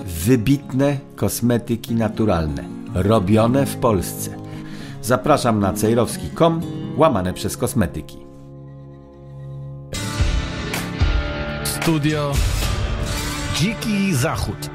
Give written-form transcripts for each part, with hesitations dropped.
wybitne kosmetyki naturalne, robione w Polsce. Zapraszam na cejrowski.com / kosmetyki. Studio Dziki Zachód.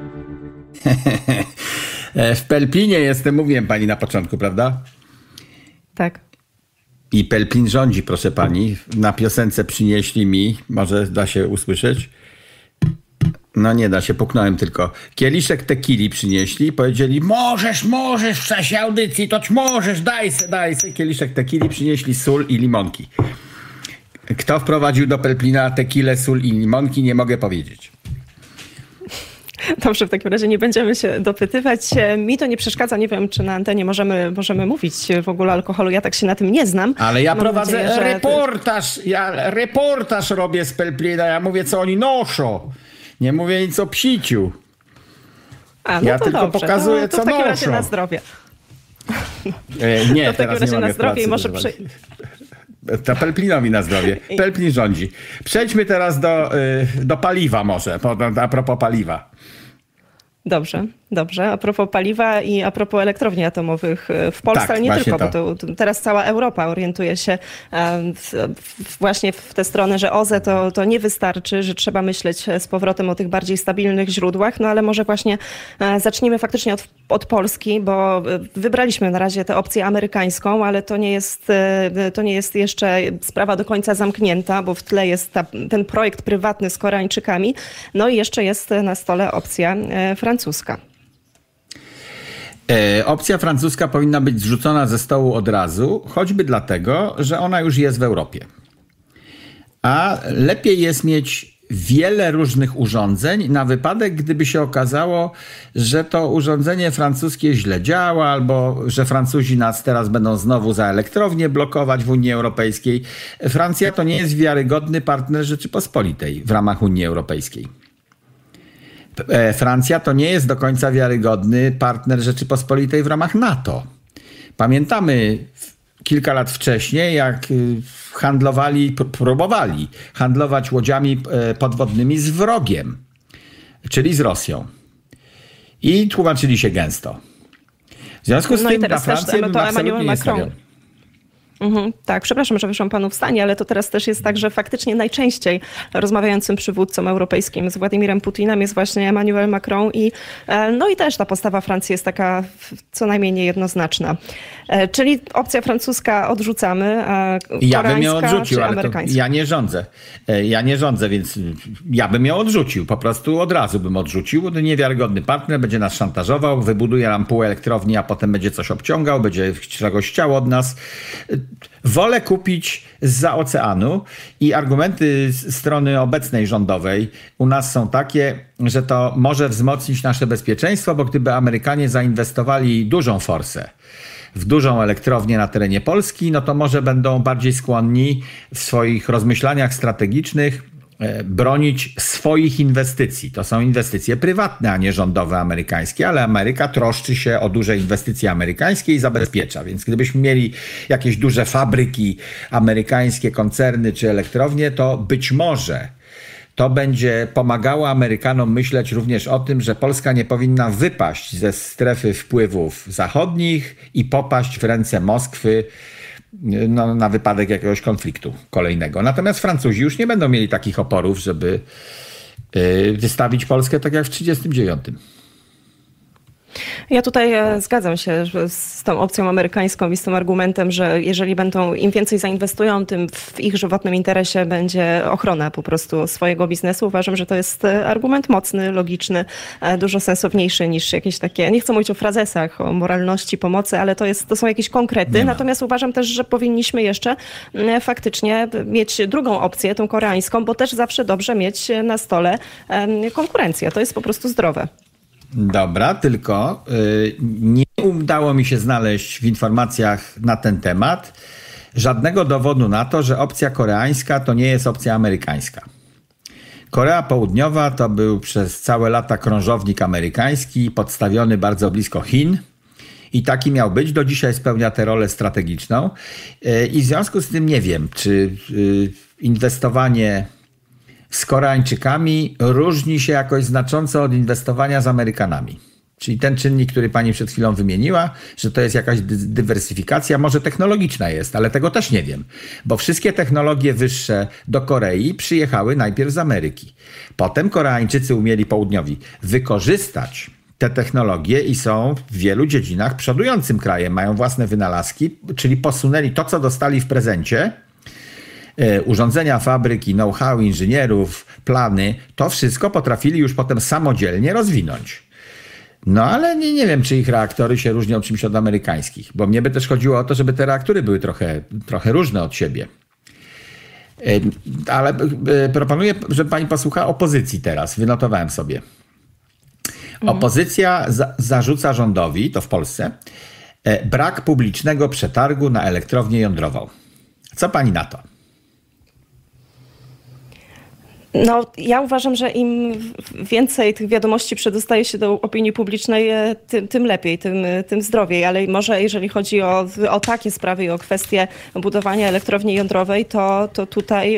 W Pelplinie jestem, mówiłem pani na początku, prawda? Tak. I Pelplin rządzi, proszę pani. Na piosence przynieśli mi, może da się usłyszeć. No nie da się, puknąłem tylko. Kieliszek tekili przynieśli, powiedzieli, możesz w czasie audycji, toć możesz, daj se. Kieliszek tekili przynieśli, sól i limonki. Kto wprowadził do Pelplina tekilę, sól i limonki, nie mogę powiedzieć. Dobrze, w takim razie nie będziemy się dopytywać. Mi to nie przeszkadza, nie wiem, czy na antenie możemy mówić w ogóle o alkoholu. Ja tak się na tym nie znam. Ale ja Mam prowadzę nadzieję, że... reportaż robię z Pelplina, ja mówię, co oni noszą. Nie mówię nic o psiciu. A, no ja to tylko dobrze. pokazuję, to co w takim noszą. razie na zdrowie. Nie, to w takim teraz razie nie na mogę zdrowie i pracy może używać. To Pelplinowi na zdrowie. Pelplin rządzi. Przejdźmy teraz do paliwa może, a propos paliwa. Dobrze. A propos paliwa i a propos elektrowni atomowych w Polsce, tak, ale nie tylko, to. bo teraz cała Europa orientuje się właśnie w tę stronę, że OZE to nie wystarczy, że trzeba myśleć z powrotem o tych bardziej stabilnych źródłach, no ale może właśnie zacznijmy faktycznie od Polski, bo wybraliśmy na razie tę opcję amerykańską, ale to nie jest jeszcze sprawa do końca zamknięta, bo w tle jest ten projekt prywatny z Koreańczykami, no i jeszcze jest na stole opcja francuska. Opcja francuska powinna być zrzucona ze stołu od razu, choćby dlatego, że ona już jest w Europie. A lepiej jest mieć wiele różnych urządzeń na wypadek, gdyby się okazało, że to urządzenie francuskie źle działa, albo że Francuzi nas teraz będą znowu za elektrownię blokować w Unii Europejskiej. Francja to nie jest wiarygodny partner Rzeczypospolitej w ramach Unii Europejskiej. Francja to nie jest do końca wiarygodny partner Rzeczypospolitej w ramach NATO. Pamiętamy kilka lat wcześniej, jak próbowali handlować łodziami podwodnymi z wrogiem, czyli z Rosją. I tłumaczyli się gęsto. W związku z tym na Francję bym absolutnie nie stawiał. Tak, przepraszam, że wyszłam panu w stanie, ale to teraz też jest tak, że faktycznie najczęściej rozmawiającym przywódcą europejskim z Władimirem Putinem jest właśnie Emmanuel Macron i też ta postawa Francji jest taka co najmniej niejednoznaczna. Czyli opcja francuska odrzucamy, a ja bym ją koreańska odrzucił, czy ale amerykańska? Ja nie rządzę, więc ja bym ją odrzucił. Po prostu od razu bym odrzucił. To niewiarygodny partner, będzie nas szantażował, wybuduje nam pół elektrowni, a potem będzie coś obciągał, będzie czegoś chciał od nas. Wolę kupić zza oceanu i argumenty z strony obecnej rządowej u nas są takie, że to może wzmocnić nasze bezpieczeństwo, bo gdyby Amerykanie zainwestowali dużą forsę w dużą elektrownię na terenie Polski, no to może będą bardziej skłonni w swoich rozmyślaniach strategicznych bronić swoich inwestycji. To są inwestycje prywatne, a nie rządowe amerykańskie, ale Ameryka troszczy się o duże inwestycje amerykańskie i zabezpiecza. Więc gdybyśmy mieli jakieś duże fabryki amerykańskie, koncerny czy elektrownie, to być może to będzie pomagało Amerykanom myśleć również o tym, że Polska nie powinna wypaść ze strefy wpływów zachodnich i popaść w ręce Moskwy na wypadek jakiegoś konfliktu kolejnego. Natomiast Francuzi już nie będą mieli takich oporów, żeby wystawić Polskę tak jak w 1939. Ja tutaj zgadzam się z tą opcją amerykańską i z tym argumentem, że jeżeli im więcej zainwestują, tym w ich żywotnym interesie będzie ochrona po prostu swojego biznesu. Uważam, że to jest argument mocny, logiczny, dużo sensowniejszy niż jakieś takie, nie chcę mówić o frazesach, o moralności pomocy, ale to są jakieś konkrety. Natomiast uważam też, że powinniśmy jeszcze faktycznie mieć drugą opcję, tą koreańską, bo też zawsze dobrze mieć na stole konkurencję. To jest po prostu zdrowe. Dobra, tylko nie udało mi się znaleźć w informacjach na ten temat żadnego dowodu na to, że opcja koreańska to nie jest opcja amerykańska. Korea Południowa to był przez całe lata krążownik amerykański, podstawiony bardzo blisko Chin i taki miał być. Do dzisiaj spełnia tę rolę strategiczną i w związku z tym nie wiem, czy inwestowanie z Koreańczykami różni się jakoś znacząco od inwestowania z Amerykanami. Czyli ten czynnik, który pani przed chwilą wymieniła, że to jest jakaś dywersyfikacja, może technologiczna jest, ale tego też nie wiem. Bo wszystkie technologie wyższe do Korei przyjechały najpierw z Ameryki. Potem Koreańczycy umieli południowi wykorzystać te technologie i są w wielu dziedzinach przodującym krajem. Mają własne wynalazki, czyli posunęli to, co dostali w prezencie, urządzenia, fabryki, know-how inżynierów, plany, to wszystko potrafili już potem samodzielnie rozwinąć. No ale nie wiem, czy ich reaktory się różnią czymś od amerykańskich, bo mnie by też chodziło o to, żeby te reaktory były trochę różne od siebie. Ale proponuję, żeby pani posłuchała opozycji teraz. Wynotowałem sobie. Opozycja zarzuca rządowi, to w Polsce, brak publicznego przetargu na elektrownię jądrową. Co pani na to? No, ja uważam, że im więcej tych wiadomości przedostaje się do opinii publicznej, tym lepiej, tym zdrowiej. Ale może jeżeli chodzi o takie sprawy i o kwestie budowania elektrowni jądrowej, to tutaj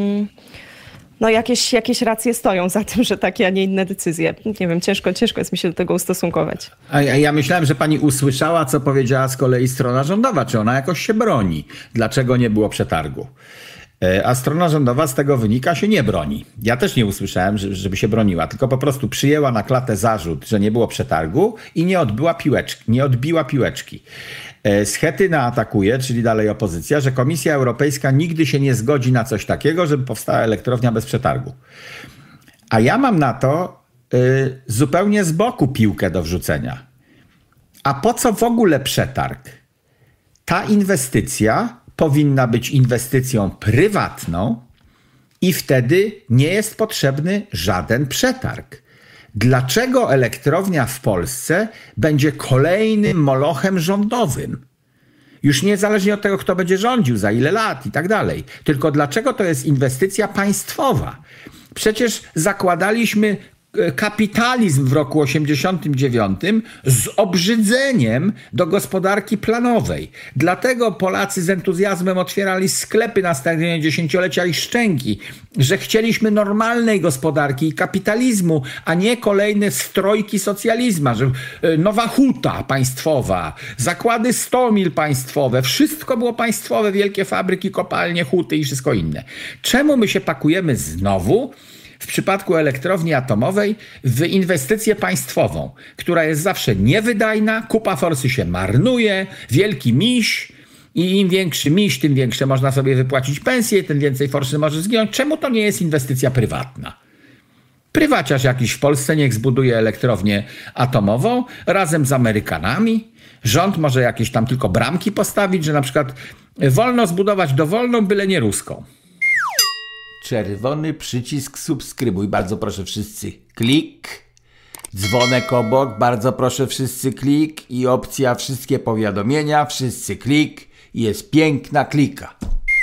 no jakieś racje stoją za tym, że takie, a nie inne decyzje. Nie wiem, ciężko jest mi się do tego ustosunkować. A ja myślałem, że pani usłyszała, co powiedziała z kolei strona rządowa. Czy ona jakoś się broni? Dlaczego nie było przetargu? A strona rządowa z tego wynika się nie broni. Ja też nie usłyszałem, żeby się broniła, tylko po prostu przyjęła na klatę zarzut, że nie było przetargu i nie odbiła piłeczki. Schetyna atakuje, czyli dalej opozycja, że Komisja Europejska nigdy się nie zgodzi na coś takiego, żeby powstała elektrownia bez przetargu. A ja mam na to zupełnie z boku piłkę do wrzucenia. A po co w ogóle przetarg? Ta inwestycja powinna być inwestycją prywatną i wtedy nie jest potrzebny żaden przetarg. Dlaczego elektrownia w Polsce będzie kolejnym molochem rządowym? Już niezależnie od tego, kto będzie rządził, za ile lat i tak dalej. Tylko dlaczego to jest inwestycja państwowa? Przecież zakładaliśmy kapitalizm w roku 1989 z obrzydzeniem do gospodarki planowej. Dlatego Polacy z entuzjazmem otwierali sklepy na stadionie dziesięciolecia i Szczęki, że chcieliśmy normalnej gospodarki i kapitalizmu, a nie kolejne strojki socjalizmu, że nowa huta państwowa, zakłady Stomil państwowe, wszystko było państwowe, wielkie fabryki, kopalnie, huty i wszystko inne. Czemu my się pakujemy znowu w przypadku elektrowni atomowej w inwestycję państwową, która jest zawsze niewydajna, kupa forsy się marnuje, wielki miś i im większy miś, tym większe można sobie wypłacić pensję, tym więcej forsy może zginąć. Czemu to nie jest inwestycja prywatna? Prywaciarz jakiś w Polsce niech zbuduje elektrownię atomową razem z Amerykanami. Rząd może jakieś tam tylko bramki postawić, że na przykład wolno zbudować dowolną, byle nie ruską. Czerwony przycisk subskrybuj, bardzo proszę wszyscy klik, dzwonek obok, bardzo proszę wszyscy klik i opcja wszystkie powiadomienia, wszyscy klik i jest piękna klika.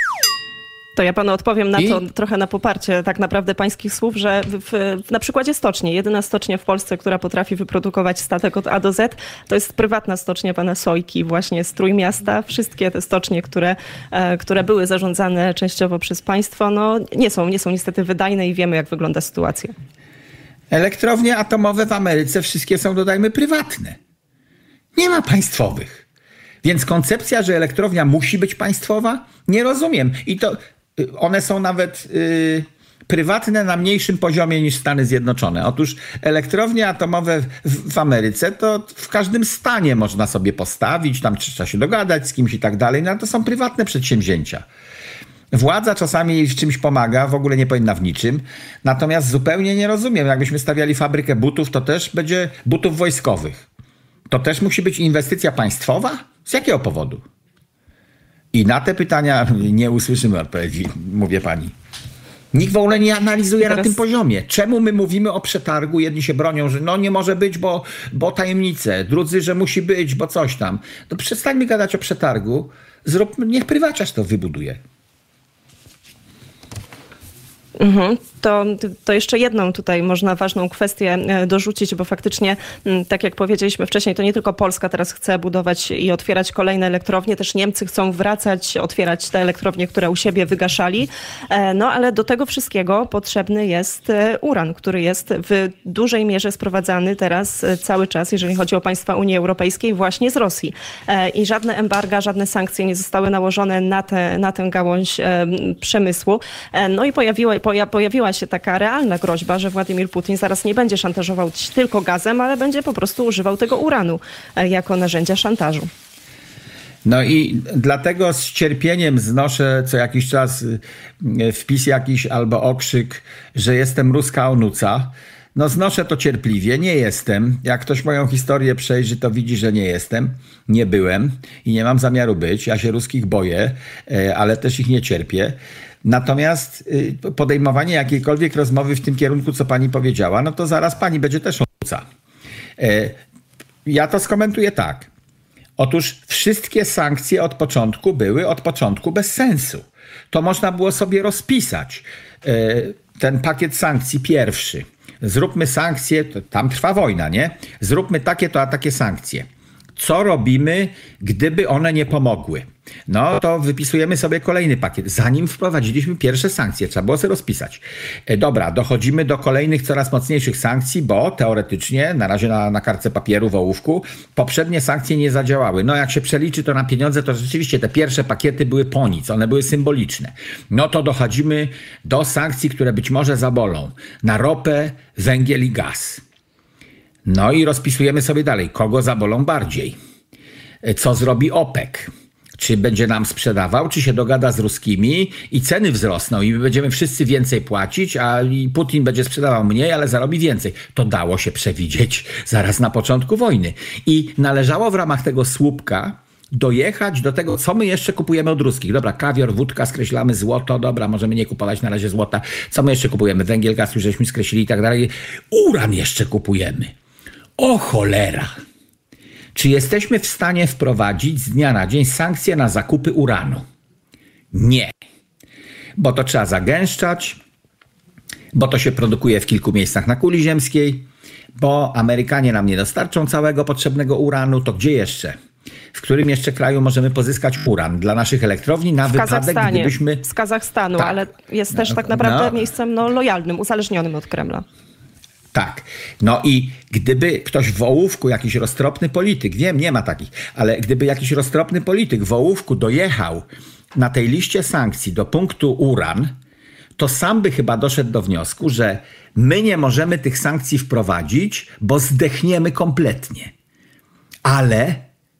To ja panu odpowiem na to trochę na poparcie tak naprawdę pańskich słów, że na przykładzie stoczni, jedyna stocznia w Polsce, która potrafi wyprodukować statek od A do Z, to jest prywatna stocznia pana Sojki właśnie z Trójmiasta. Wszystkie te stocznie, które były zarządzane częściowo przez państwo, no nie są niestety wydajne i wiemy, jak wygląda sytuacja. Elektrownie atomowe w Ameryce wszystkie są, dodajmy, prywatne. Nie ma państwowych. Więc koncepcja, że elektrownia musi być państwowa, nie rozumiem. I to one są nawet prywatne na mniejszym poziomie niż Stany Zjednoczone. Otóż elektrownie atomowe w Ameryce to w każdym stanie można sobie postawić, tam trzeba się dogadać z kimś i tak dalej, no to są prywatne przedsięwzięcia. Władza czasami w czymś pomaga, w ogóle nie powinna w niczym. Natomiast zupełnie nie rozumiem, jakbyśmy stawiali fabrykę butów, to też będzie butów wojskowych. To też musi być inwestycja państwowa? Z jakiego powodu? I na te pytania nie usłyszymy odpowiedzi, mówię pani. Nikt w ogóle nie analizuje na tym poziomie. Czemu my mówimy o przetargu? Jedni się bronią, że no nie może być, bo tajemnice. Drudzy, że musi być, bo coś tam. To przestańmy gadać o przetargu. Niech prywaciarz to wybuduje. To jeszcze jedną tutaj można ważną kwestię dorzucić, bo faktycznie, tak jak powiedzieliśmy wcześniej, to nie tylko Polska teraz chce budować i otwierać kolejne elektrownie, też Niemcy chcą wracać, otwierać te elektrownie, które u siebie wygaszali, no ale do tego wszystkiego potrzebny jest uran, który jest w dużej mierze sprowadzany teraz cały czas, jeżeli chodzi o państwa Unii Europejskiej, właśnie z Rosji. I żadne embarga, żadne sankcje nie zostały nałożone na tę gałąź przemysłu. No i pojawiła się taka realna groźba, że Władimir Putin zaraz nie będzie szantażował tylko gazem, ale będzie po prostu używał tego uranu jako narzędzia szantażu. No i dlatego z cierpieniem znoszę co jakiś czas wpis jakiś albo okrzyk, że jestem ruska onuca. No znoszę to cierpliwie, nie jestem. Jak ktoś moją historię przejrzy, to widzi, że nie jestem. Nie byłem i nie mam zamiaru być. Ja się ruskich boję, ale też ich nie cierpię. Natomiast podejmowanie jakiejkolwiek rozmowy w tym kierunku, co pani powiedziała, no to zaraz pani będzie też onuca. Ja to skomentuję tak. Otóż wszystkie sankcje od początku bez sensu. To można było sobie rozpisać. Ten pakiet sankcji pierwszy. Zróbmy sankcje, tam trwa wojna, nie? Zróbmy takie to, a takie sankcje. Co robimy, gdyby one nie pomogły? No to wypisujemy sobie kolejny pakiet. Zanim wprowadziliśmy pierwsze sankcje, trzeba było sobie rozpisać. Dobra, dochodzimy do kolejnych coraz mocniejszych sankcji, bo teoretycznie, na razie na kartce papieru w ołówku, poprzednie sankcje nie zadziałały. No jak się przeliczy to na pieniądze, to rzeczywiście te pierwsze pakiety były po nic, one były symboliczne. No to dochodzimy do sankcji, które być może zabolą. Na ropę, węgiel i gaz. No i rozpisujemy sobie dalej, kogo zabolą bardziej. Co zrobi OPEC? Czy będzie nam sprzedawał, czy się dogada z ruskimi i ceny wzrosną i my będziemy wszyscy więcej płacić, a Putin będzie sprzedawał mniej, ale zarobi więcej. To dało się przewidzieć zaraz na początku wojny. I należało w ramach tego słupka dojechać do tego, co my jeszcze kupujemy od ruskich. Dobra, kawior, wódka, skreślamy złoto, dobra, możemy nie kupować na razie złota. Co my jeszcze kupujemy? Węgiel, gaz, już żeśmy skreślili i tak dalej. Uran jeszcze kupujemy. O cholera! Czy jesteśmy w stanie wprowadzić z dnia na dzień sankcje na zakupy uranu? Nie. Bo to trzeba zagęszczać, bo to się produkuje w kilku miejscach na kuli ziemskiej, bo Amerykanie nam nie dostarczą całego potrzebnego uranu, to gdzie jeszcze? W którym jeszcze kraju możemy pozyskać uran dla naszych elektrowni na wypadek, gdybyśmy... Z Kazachstanu, tak. Ale jest też tak naprawdę miejscem lojalnym, uzależnionym od Kremla. Tak. No i gdyby ktoś w ołówku, jakiś roztropny polityk, wiem, nie ma takich, ale gdyby jakiś roztropny polityk w ołówku dojechał na tej liście sankcji do punktu uran, to sam by chyba doszedł do wniosku, że my nie możemy tych sankcji wprowadzić, bo zdechniemy kompletnie. Ale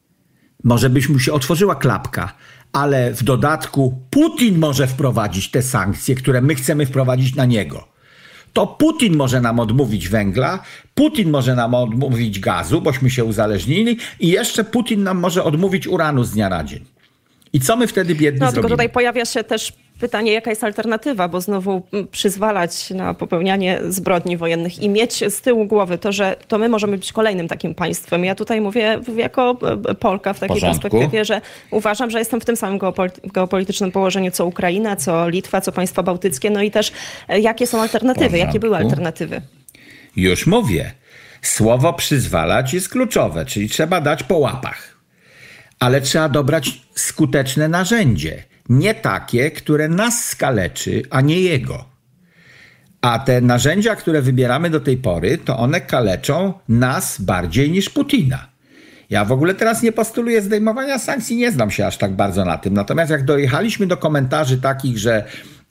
może byś mu się otworzyła klapka, ale w dodatku Putin może wprowadzić te sankcje, które my chcemy wprowadzić na niego. To Putin może nam odmówić węgla, Putin może nam odmówić gazu, bośmy się uzależnili i jeszcze Putin nam może odmówić uranu z dnia na dzień. I co my wtedy biedni zrobimy? Tylko tutaj pojawia się też pytanie, jaka jest alternatywa, bo znowu przyzwalać na popełnianie zbrodni wojennych i mieć z tyłu głowy to, że to my możemy być kolejnym takim państwem. Ja tutaj mówię jako Polka w takiej perspektywie, że uważam, że jestem w tym samym geopolitycznym położeniu co Ukraina, co Litwa, co państwa bałtyckie. No i też jakie są alternatywy, jakie były alternatywy? Już mówię. Słowo przyzwalać jest kluczowe, czyli trzeba dać po łapach. Ale trzeba dobrać skuteczne narzędzie. Nie takie, które nas skaleczy, a nie jego. A te narzędzia, które wybieramy do tej pory, to one kaleczą nas bardziej niż Putina. Ja w ogóle teraz nie postuluję zdejmowania sankcji, nie znam się aż tak bardzo na tym. Natomiast jak dojechaliśmy do komentarzy takich, że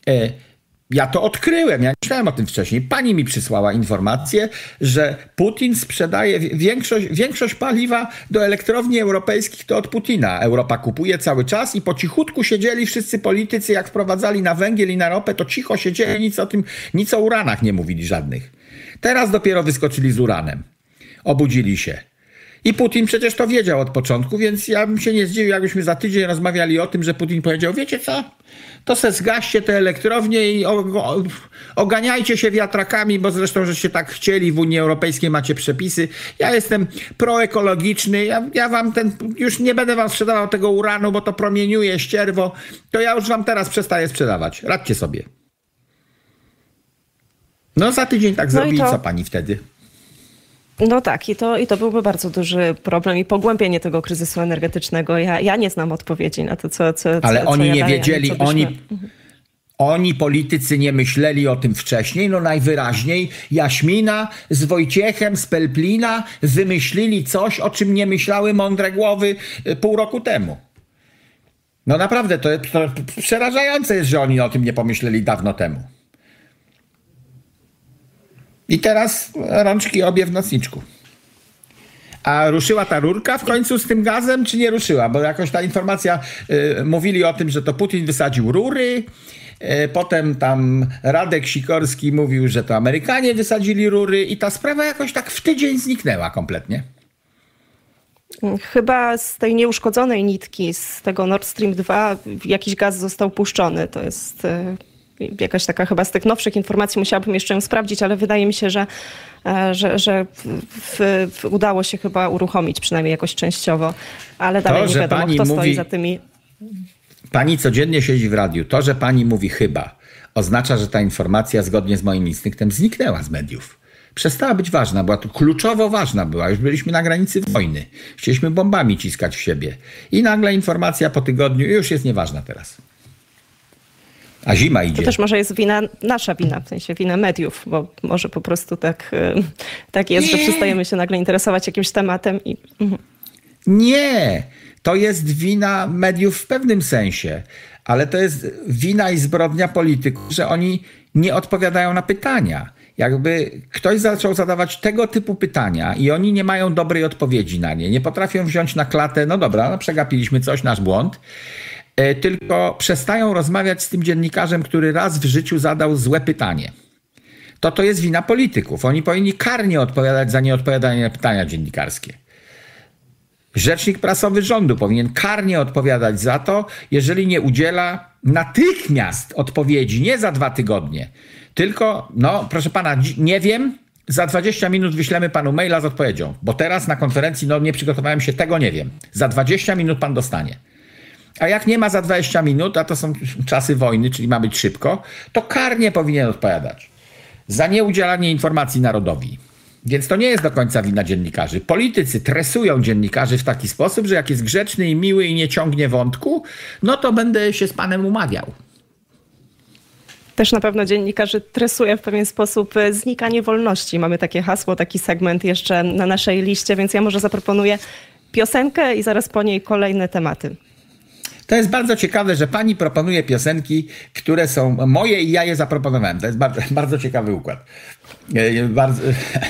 ja to odkryłem, ja nie myślałem o tym wcześniej. Pani mi przysłała informację, że Putin sprzedaje większość paliwa do elektrowni europejskich to od Putina. Europa kupuje cały czas i po cichutku siedzieli wszyscy politycy, jak wprowadzali na węgiel i na ropę, to cicho siedzieli, nic o uranach nie mówili żadnych. Teraz dopiero wyskoczyli z uranem. Obudzili się. I Putin przecież to wiedział od początku, więc ja bym się nie zdziwił, jakbyśmy za tydzień rozmawiali o tym, że Putin powiedział, wiecie co, to se zgaście te elektrownie i oganiajcie się wiatrakami, bo zresztą, żeście tak chcieli, w Unii Europejskiej macie przepisy. Ja jestem proekologiczny, ja wam już nie będę wam sprzedawał tego uranu, bo to promieniuje ścierwo, to ja już wam teraz przestaję sprzedawać. Radźcie sobie. No za tydzień tak No zrobi i to- co pani wtedy? No tak, i to byłby bardzo duży problem i pogłębienie tego kryzysu energetycznego. Ja nie znam odpowiedzi na to, co Ale co oni ja nie dalej, wiedzieli, co byśmy- oni politycy nie myśleli o tym wcześniej, no najwyraźniej Jaśmina z Wojciechem z Pelplina wymyślili coś, o czym nie myślały mądre głowy pół roku temu. No naprawdę, to przerażające jest, że oni o tym nie pomyśleli dawno temu. I teraz rączki obie w nocniczku. A ruszyła ta rurka w końcu z tym gazem, czy nie ruszyła? Bo jakoś ta informacja, mówili o tym, że to Putin wysadził rury, potem tam Radek Sikorski mówił, że to Amerykanie wysadzili rury i ta sprawa jakoś tak w tydzień zniknęła kompletnie. Chyba z tej nieuszkodzonej nitki, z tego Nord Stream 2 jakiś gaz został puszczony. To jest jakaś taka chyba z tych nowszych informacji, musiałabym jeszcze ją sprawdzić, ale wydaje mi się, że udało się chyba uruchomić przynajmniej jakoś częściowo, ale dalej nie że wiadomo, pani kto stoi mówi- za tymi... Pani codziennie siedzi w radiu. To, że pani mówi chyba, oznacza, że ta informacja zgodnie z moim instynktem zniknęła z mediów. Przestała być ważna, była to kluczowo ważna była. Już byliśmy na granicy wojny. Chcieliśmy bombami ciskać w siebie. I nagle informacja po tygodniu już jest nieważna teraz. A zima To idzie. też może jest nasza wina, w sensie wina mediów, bo może po prostu tak jest, że przestajemy się nagle interesować jakimś tematem i... Nie, to jest wina mediów w pewnym sensie, ale to jest wina i zbrodnia polityków, że oni nie odpowiadają na pytania. Jakby ktoś zaczął zadawać tego typu pytania i oni nie mają dobrej odpowiedzi na nie, nie potrafią wziąć na klatę, no dobra, no przegapiliśmy coś, nasz błąd, tylko przestają rozmawiać z tym dziennikarzem, który raz w życiu zadał złe pytanie. To jest wina polityków. Oni powinni karnie odpowiadać za nieodpowiadanie na pytania dziennikarskie. Rzecznik prasowy rządu powinien karnie odpowiadać za to, jeżeli nie udziela natychmiast odpowiedzi, nie za 2 tygodnie, tylko, no proszę pana, nie wiem, za 20 minut wyślemy panu maila z odpowiedzią, bo teraz na konferencji, no nie przygotowałem się, tego nie wiem. Za 20 minut pan dostanie. A jak nie ma za 20 minut, a to są czasy wojny, czyli ma być szybko, to karnie powinien odpowiadać za nieudzielanie informacji narodowi. Więc to nie jest do końca wina dziennikarzy. Politycy tresują dziennikarzy w taki sposób, że jak jest grzeczny i miły i nie ciągnie wątku, no to będę się z panem umawiał. Też na pewno dziennikarzy tresuje w pewien sposób znikanie wolności. Mamy takie hasło, taki segment jeszcze na naszej liście, więc ja może zaproponuję piosenkę i zaraz po niej kolejne tematy. To jest bardzo ciekawe, że pani proponuje piosenki, które są moje i ja je zaproponowałem. To jest bardzo, bardzo ciekawy układ. Bardzo...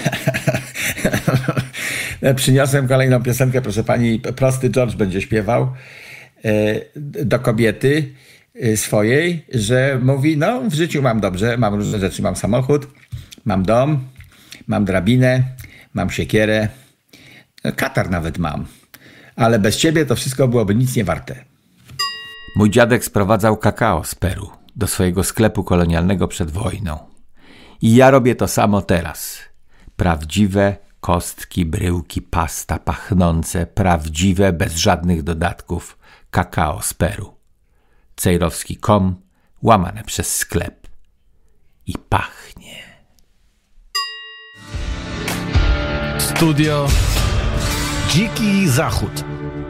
Przyniosłem kolejną piosenkę, proszę pani, prosty George będzie śpiewał do kobiety swojej, że mówi, no w życiu mam dobrze, mam różne rzeczy, mam samochód, mam dom, mam drabinę, mam siekierę, katar nawet mam, ale bez ciebie to wszystko byłoby nic nie warte. Mój dziadek sprowadzał kakao z Peru do swojego sklepu kolonialnego przed wojną. I ja robię to samo teraz. Prawdziwe kostki, bryłki, pasta pachnące, prawdziwe, bez żadnych dodatków, kakao z Peru. Cejrowski.com, łamane przez sklep. I pachnie. Studio Dziki Zachód.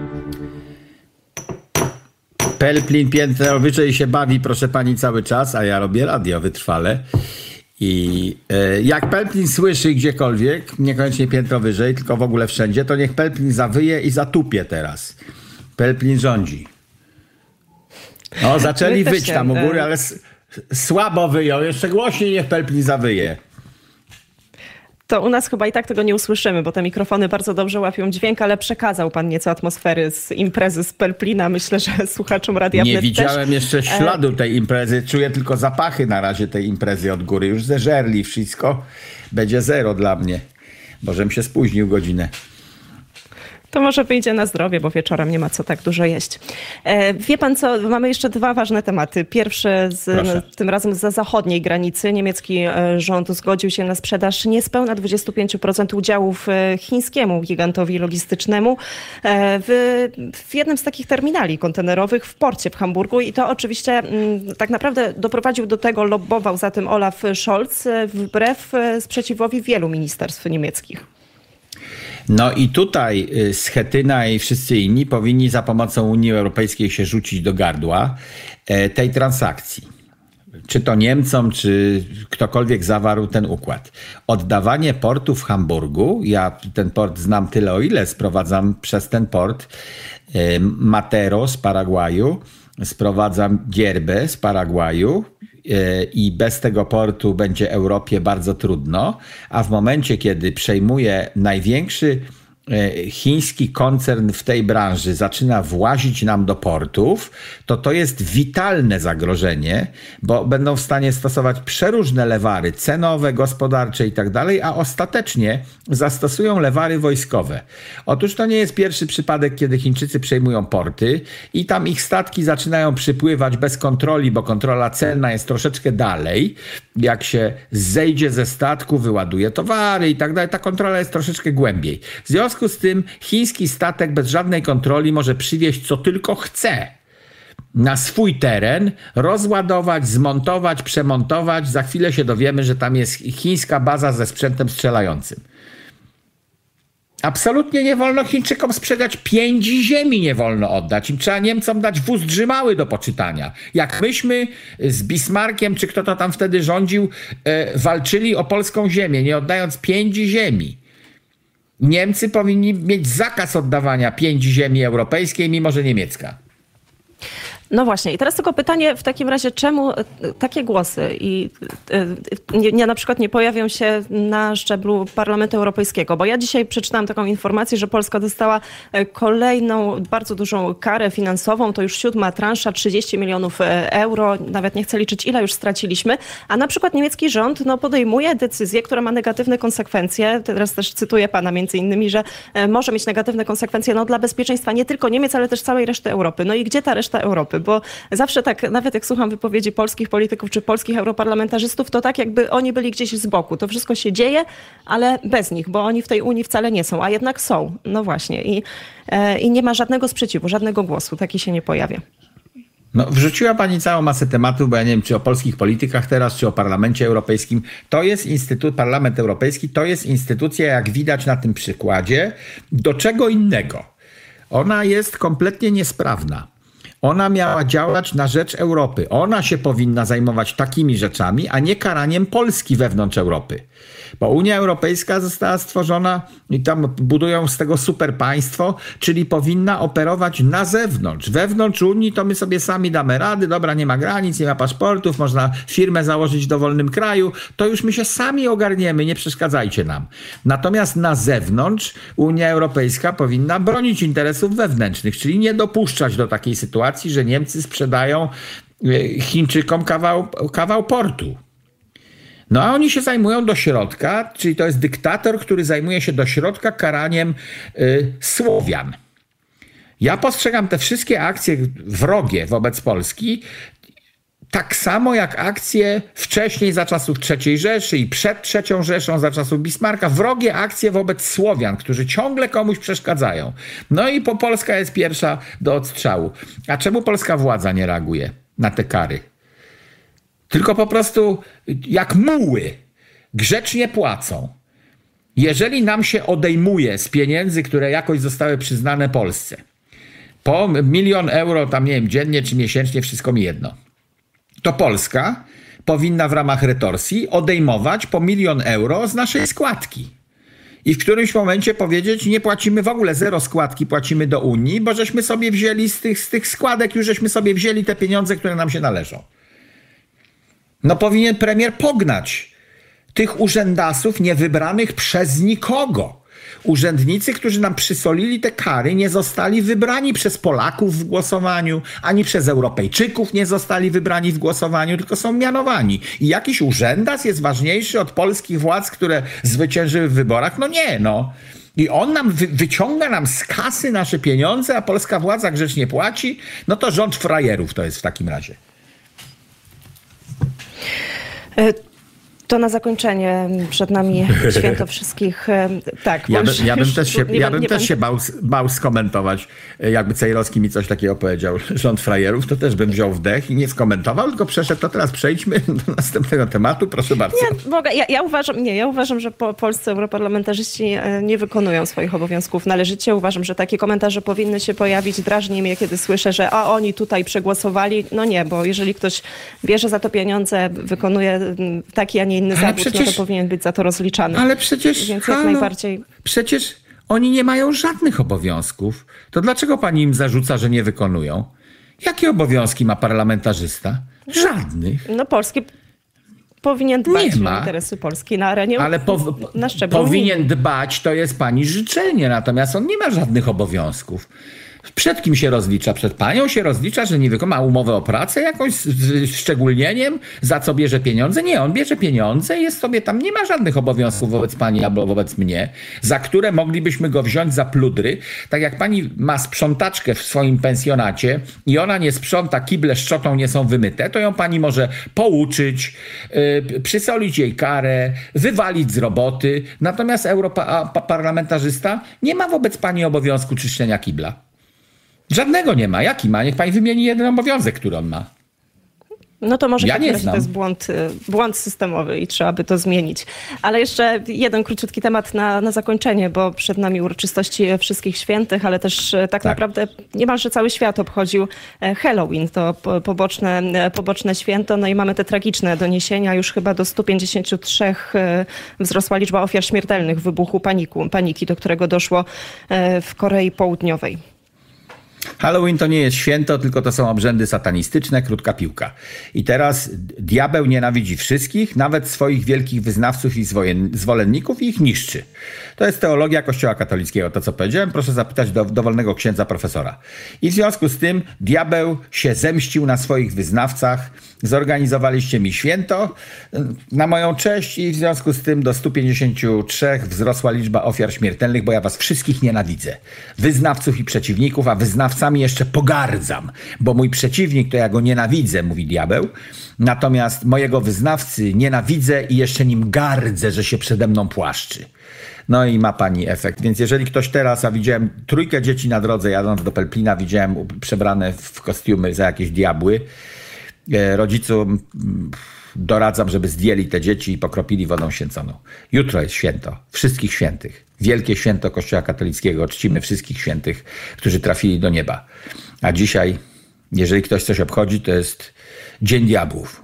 Pelplin piętro wyżej się bawi, proszę pani, cały czas, a ja robię radio wytrwale. I jak Pelplin słyszy gdziekolwiek, niekoniecznie piętro wyżej, tylko w ogóle wszędzie, to niech Pelplin zawyje i zatupie teraz. Pelplin rządzi. No, zaczęli wyć tam u góry, ale słabo wyją. Jeszcze głośniej niech Pelplin zawyje. To u nas chyba i tak tego nie usłyszymy, bo te mikrofony bardzo dobrze łapią dźwięk, ale przekazał pan nieco atmosfery z imprezy z Pelplina. Myślę, że słuchaczom Radia Nie Wnet widziałem też. jeszcze śladu tej imprezy. Czuję tylko zapachy na razie tej imprezy od góry. Już zeżerli wszystko. Będzie 0 dla mnie. Bożem się spóźnił godzinę. To może wyjdzie na zdrowie, bo wieczorem nie ma co tak dużo jeść. Wie pan co, mamy jeszcze dwa ważne tematy. Pierwszy, tym razem zza zachodniej granicy. Niemiecki rząd zgodził się na sprzedaż niespełna 25% udziałów chińskiemu gigantowi logistycznemu w jednym z takich terminali kontenerowych w porcie w Hamburgu. I to oczywiście tak naprawdę doprowadził do tego, lobbował za tym Olaf Scholz wbrew sprzeciwowi wielu ministerstw niemieckich. No i tutaj Schetyna i wszyscy inni powinni za pomocą Unii Europejskiej się rzucić do gardła tej transakcji. Czy to Niemcom, czy ktokolwiek zawarł ten układ. Oddawanie portu w Hamburgu, ja ten port znam tyle, o ile sprowadzam przez ten port Matero z Paragwaju, sprowadzam Dierbę z Paragwaju i bez tego portu będzie Europie bardzo trudno, a w momencie, kiedy przejmuje największy chiński koncern w tej branży, zaczyna włazić nam do portów, to jest witalne zagrożenie, bo będą w stanie stosować przeróżne lewary cenowe, gospodarcze i tak dalej, a ostatecznie zastosują lewary wojskowe. Otóż to nie jest pierwszy przypadek, kiedy Chińczycy przejmują porty i tam ich statki zaczynają przypływać bez kontroli, bo kontrola celna jest troszeczkę dalej. Jak się zejdzie ze statku, wyładuje towary i tak dalej, ta kontrola jest troszeczkę głębiej. W związku z tym chiński statek bez żadnej kontroli może przywieźć co tylko chce na swój teren, rozładować, zmontować, przemontować. Za chwilę się dowiemy, że tam jest chińska baza ze sprzętem strzelającym. Absolutnie nie wolno Chińczykom sprzedać piędzi ziemi, nie wolno oddać. Im trzeba Niemcom dać wóz drzymały do poczytania. Jak myśmy z Bismarckiem, czy kto to tam wtedy rządził, walczyli o polską ziemię, nie oddając piędzi ziemi. Niemcy powinni mieć zakaz oddawania piędzi ziemi europejskiej, mimo że niemiecka. No właśnie. I teraz tylko pytanie w takim razie, czemu takie głosy na przykład nie pojawią się na szczeblu Parlamentu Europejskiego? Bo ja dzisiaj przeczytałam taką informację, że Polska dostała kolejną bardzo dużą karę finansową. To już 7. transza, 30 milionów euro. Nawet nie chcę liczyć, ile już straciliśmy. A na przykład niemiecki rząd podejmuje decyzję, która ma negatywne konsekwencje. Teraz też cytuję pana między innymi, że może mieć negatywne konsekwencje dla bezpieczeństwa nie tylko Niemiec, ale też całej reszty Europy. No i gdzie ta reszta Europy? Bo zawsze tak, nawet jak słucham wypowiedzi polskich polityków czy polskich europarlamentarzystów, to tak jakby oni byli gdzieś z boku. To wszystko się dzieje, ale bez nich, bo oni w tej Unii wcale nie są, a jednak są. No właśnie. I nie ma żadnego sprzeciwu, żadnego głosu. Taki się nie pojawia. No, wrzuciła pani całą masę tematów, bo ja nie wiem, czy o polskich politykach teraz, czy o Parlamencie Europejskim. To jest Parlament Europejski, to jest instytucja, jak widać na tym przykładzie, do czego innego. Ona jest kompletnie niesprawna. Ona miała działać na rzecz Europy. Ona się powinna zajmować takimi rzeczami, a nie karaniem Polski wewnątrz Europy. Bo Unia Europejska została stworzona i tam budują z tego super państwo, czyli powinna operować na zewnątrz. Wewnątrz Unii to my sobie sami damy rady, dobra, nie ma granic, nie ma paszportów, można firmę założyć w dowolnym kraju, to już my się sami ogarniemy, nie przeszkadzajcie nam. Natomiast na zewnątrz Unia Europejska powinna bronić interesów wewnętrznych, czyli nie dopuszczać do takiej sytuacji, że Niemcy sprzedają Chińczykom kawał portu. No a oni się zajmują do środka, czyli to jest dyktator, który zajmuje się do środka karaniem Słowian. Ja postrzegam te wszystkie akcje wrogie wobec Polski tak samo jak akcje wcześniej za czasów III Rzeszy i przed III Rzeszą za czasów Bismarcka, wrogie akcje wobec Słowian, którzy ciągle komuś przeszkadzają. No i Polska jest pierwsza do odstrzału. A czemu polska władza nie reaguje na te kary? Tylko po prostu jak muły grzecznie płacą. Jeżeli nam się odejmuje z pieniędzy, które jakoś zostały przyznane Polsce, po 1 000 000 euro, tam nie wiem, dziennie czy miesięcznie, wszystko mi jedno, to Polska powinna w ramach retorsji odejmować po 1 000 000 euro z naszej składki. I w którymś momencie powiedzieć, nie płacimy w ogóle, 0 składki płacimy do Unii, bo żeśmy sobie wzięli z tych składek, już żeśmy sobie wzięli te pieniądze, które nam się należą. No powinien premier pognać tych urzędasów niewybranych przez nikogo. Urzędnicy, którzy nam przysolili te kary, nie zostali wybrani przez Polaków w głosowaniu, ani przez Europejczyków nie zostali wybrani w głosowaniu, tylko są mianowani. I jakiś urzędas jest ważniejszy od polskich władz, które zwyciężyły w wyborach? No nie, no. I on nam wyciąga nam z kasy nasze pieniądze, a polska władza grzecznie płaci, no to rząd frajerów to jest w takim razie. To na zakończenie przed nami święto wszystkich. Tak, ja bym też się bał skomentować, jakby Cejrowski mi coś takiego powiedział, rząd frajerów, to też bym wziął wdech i nie skomentował, tylko przeszedł. To teraz przejdźmy do następnego tematu, proszę bardzo. Ja uważam, że polscy europarlamentarzyści nie wykonują swoich obowiązków należycie. Uważam, że takie komentarze powinny się pojawić. Drażni mnie, kiedy słyszę, że oni tutaj przegłosowali. No nie, bo jeżeli ktoś bierze za to pieniądze, wykonuje taki, a nie inny zawód, no to powinien być za to rozliczany. Ale przecież, więc jak najbardziej... Przecież oni nie mają żadnych obowiązków. To dlaczego pani im zarzuca, że nie wykonują? Jakie obowiązki ma parlamentarzysta? Żadnych. No polski powinien dbać o interesy Polski na arenie, ale na szczeblu powinien dbać, to jest pani życzenie, natomiast on nie ma żadnych obowiązków. Przed kim się rozlicza? Przed panią się rozlicza, że nie ma umowę o pracę jakąś z szczególnieniem, za co bierze pieniądze? Nie, on bierze pieniądze i jest sobie tam, nie ma żadnych obowiązków wobec pani albo wobec mnie, za które moglibyśmy go wziąć za pludry. Tak jak pani ma sprzątaczkę w swoim pensjonacie i ona nie sprząta, kible szczotą nie są wymyte, to ją pani może pouczyć, przysolić jej karę, wywalić z roboty. Natomiast europarlamentarzysta nie ma wobec pani obowiązku czyszczenia kibla. Żadnego nie ma. Jaki ma? Niech pani wymieni jeden obowiązek, który on ma. No to może to jest błąd systemowy i trzeba by to zmienić. Ale jeszcze jeden króciutki temat na zakończenie, bo przed nami uroczystości Wszystkich Świętych, ale też tak naprawdę niemalże cały świat obchodził Halloween. To poboczne święto. No i mamy te tragiczne doniesienia. Już chyba do 153 wzrosła liczba ofiar śmiertelnych w wybuchu paniki, do którego doszło w Korei Południowej. Halloween to nie jest święto, tylko to są obrzędy satanistyczne, krótka piłka. I teraz diabeł nienawidzi wszystkich, nawet swoich wielkich wyznawców i zwolenników, i ich niszczy. To jest teologia Kościoła katolickiego. To, co powiedziałem, proszę zapytać dowolnego księdza profesora. I w związku z tym diabeł się zemścił na swoich wyznawcach. Zorganizowaliście mi święto na moją cześć i w związku z tym do 153 wzrosła liczba ofiar śmiertelnych, bo ja was wszystkich nienawidzę. Wyznawców i przeciwników, a wyznawcami jeszcze pogardzam, bo mój przeciwnik to ja go nienawidzę, mówi diabeł. Natomiast mojego wyznawcy nienawidzę i jeszcze nim gardzę, że się przede mną płaszczy. No i ma pani efekt. Więc jeżeli ktoś teraz, a widziałem 3 dzieci na drodze jadąc do Pelplina, widziałem przebrane w kostiumy za jakieś diabły. Rodzicom doradzam, żeby zdjęli te dzieci i pokropili wodą święconą. Jutro jest święto Wszystkich Świętych. Wielkie święto Kościoła katolickiego. Czcimy wszystkich świętych, którzy trafili do nieba. A dzisiaj, jeżeli ktoś coś obchodzi, to jest Dzień Diabłów.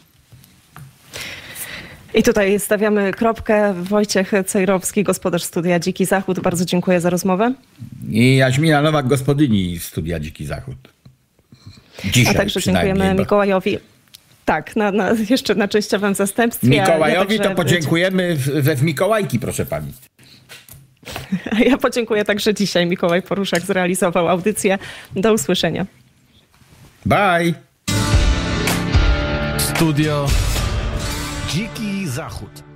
I tutaj stawiamy kropkę. Wojciech Cejrowski, gospodarz Studia Dziki Zachód. Bardzo dziękuję za rozmowę. I Jaźmina Nowak, gospodyni Studia Dziki Zachód. Dzisiaj a także dziękujemy Mikołajowi. Tak, jeszcze na częściowym zastępstwie. Mikołajowi to podziękujemy w Mikołajki, proszę pani. Ja podziękuję także dzisiaj. Mikołaj Poruszak zrealizował audycję. Do usłyszenia. Bye. Studio Dziki Zachód.